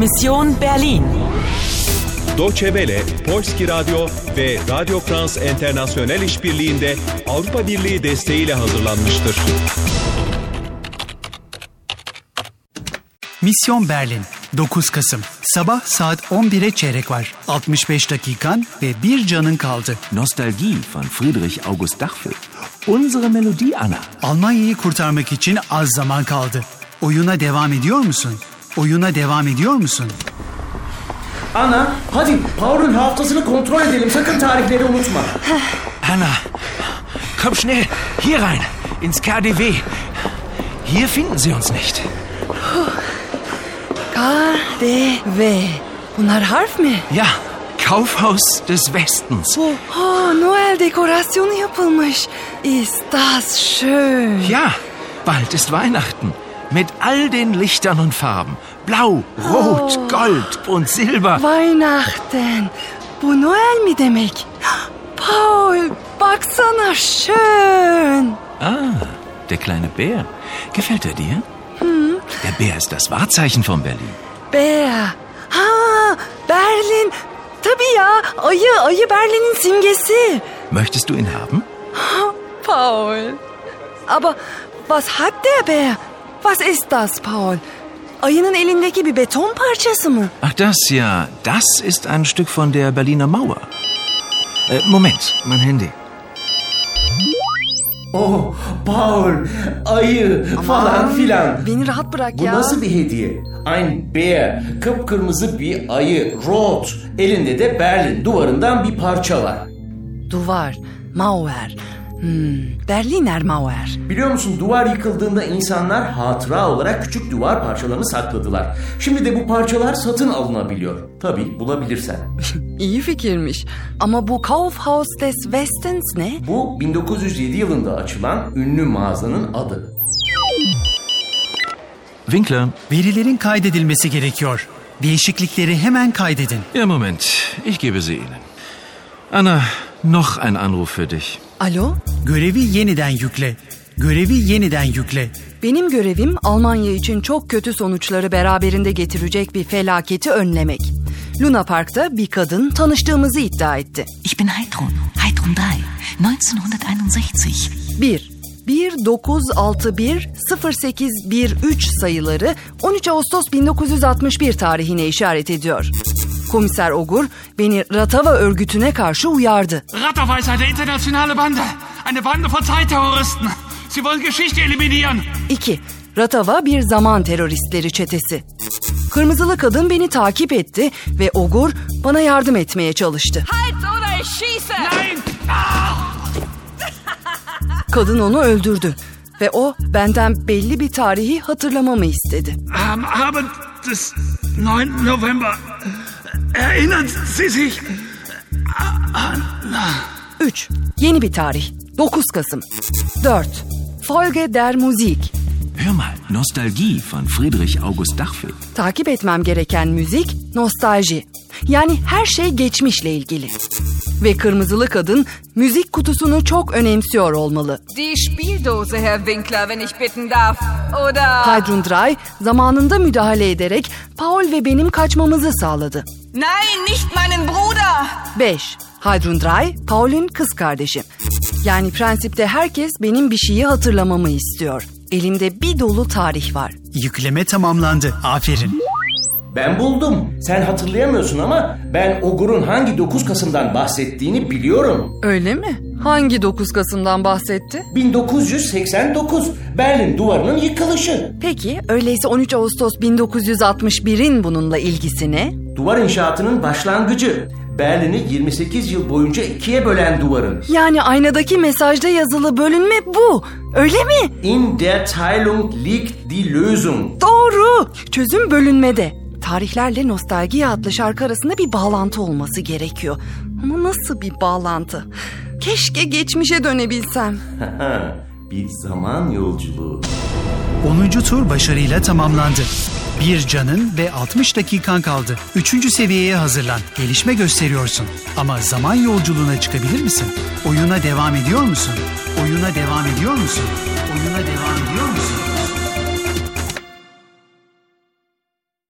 Mission Berlin. Deutsche Welle, Polski Radyo ve Radio France International işbirliğinde Avrupa Birliği desteğiyle hazırlanmıştır. Mission Berlin, 9 Kasım. Sabah saat 11'e çeyrek var. 65 dakikan ve bir canın kaldı. Nostalgie von Friedrich August Dachfeld. Unsere Melodie, Anna. Almanya'yı kurtarmak için az zaman kaldı. Oyuna devam ediyor musun? Oyuna devam ediyor musun? Anna, hadi Paul'un haftasını kontrol edelim. Sakın tarihleri unutma. Anna, komm schnell, hier rein, ins KaDeWe. Hier finden Sie uns nicht. KaDeWe. Bunlar harf mi? Ja, Kaufhaus des Westens. Noel dekorasyonu yapılmış. Ist das schön. Ja, bald ist Weihnachten. Mit all den Lichtern und Farben. Blau, Rot, Gold und Silber. Weihnachten. Bu Noel mi demek? Paul, baksana, schön. Der kleine Bär. Gefällt er dir? Der Bär ist das Wahrzeichen von Berlin. Bär. Berlin. Tabii ya, ayı Berlin'in simgesi. Möchtest du ihn haben? Paul. Aber was hat der Bär? Was ist das, Paul? Ayının elindeki bir beton parçası mı? Ach, das ja. Das ist ein Stück von der Berliner Mauer. Moment, mein Handy. Oh, Paul, ayı falan filan. Beni rahat bırak Bu ya. nasıl bir hediye? Ein Bär, kıpkırmızı bir ayı, Rot. Elinde de Berlin duvarından bir parça var. Duvar, Mauer. Berliner Mauer. Biliyor musun, duvar yıkıldığında insanlar hatıra olarak küçük duvar parçalarını sakladılar. Şimdi de bu parçalar satın alınabiliyor. Tabii bulabilirsen. İyi fikirmiş. Ama bu Kaufhaus des Westens ne? Bu 1907 yılında açılan ünlü mağazanın adı. Winkler. Verilerin kaydedilmesi gerekiyor. Değişiklikleri hemen kaydedin. Ja, Moment. Ich gebe sie Ihnen. Anna, noch ein Anruf für dich. Alo? Görevi yeniden yükle. Görevi yeniden yükle. Benim görevim Almanya için çok kötü sonuçları beraberinde getirecek bir felaketi önlemek. Luna Park'ta bir kadın tanıştığımızı iddia etti. Ich bin Heidrun 1961. 1961-0813 sayıları 13 Ağustos 1961 tarihine işaret ediyor. Komiser Ogur beni Ratava örgütüne karşı uyardı. Ratava ist eine internationale Bande. Eine Bande von Zeitterroristen. Sie wollen Geschichte eliminieren. 2. Ratava bir zaman teröristleri çetesi. Kırmızılı kadın beni takip etti ve Ogur bana yardım etmeye çalıştı. Halt oder ich schieße! Nein! Kadın onu öldürdü ve o benden belli bir tarihi hatırlamamı istedi. Am Abend des 9. November erinnern Sie sich an... 3. Yeni bir tarih. 9 Kasım. 4. Folge der Musik. Hör mal, Nostalgie von Friedrich August Dachfeld. Takip etmem gereken müzik, nostalji. Yani her şey geçmişle ilgili. Ve kırmızılı kadın müzik kutusunu çok önemsiyor olmalı. Die Spieldose, Herr Winkler, wenn ich bitten darf. Oder... Heidrun Drei zamanında müdahale ederek Paul ve benim kaçmamızı sağladı. Nein, nicht meinen Bruder! 5. Heidrun Drei, Paul'ün kız kardeşi. Yani prensipte herkes benim bir şeyi hatırlamamı istiyor. Elimde bir dolu tarih var. Yükleme tamamlandı. Aferin. Ben buldum. Sen hatırlayamıyorsun ama ben Ogur'un hangi 9 Kasım'dan bahsettiğini biliyorum. Öyle mi? Hangi 9 Kasım'dan bahsetti? 1989. Berlin duvarının yıkılışı. Peki, öyleyse 13 Ağustos 1961'in bununla ilgisi ne? Duvar inşaatının başlangıcı. Berlin'i 28 yıl boyunca ikiye bölen duvarın. Yani aynadaki mesajda yazılı bölünme bu. Öyle mi? In der Teilung liegt die Lösung. Doğru. Çözüm bölünmede. Tarihlerle Nostalgia adlı şarkı arasında bir bağlantı olması gerekiyor. Ama nasıl bir bağlantı? Keşke geçmişe dönebilsem. Bir zaman yolculuğu. 10. tur başarıyla tamamlandı. Bir canın ve 60 dakikan kaldı. 3. seviyeye hazırlan. Gelişme gösteriyorsun. Ama zaman yolculuğuna çıkabilir misin? Oyuna devam ediyor musun? Oyuna devam ediyor musun? Oyuna devam ediyor musun?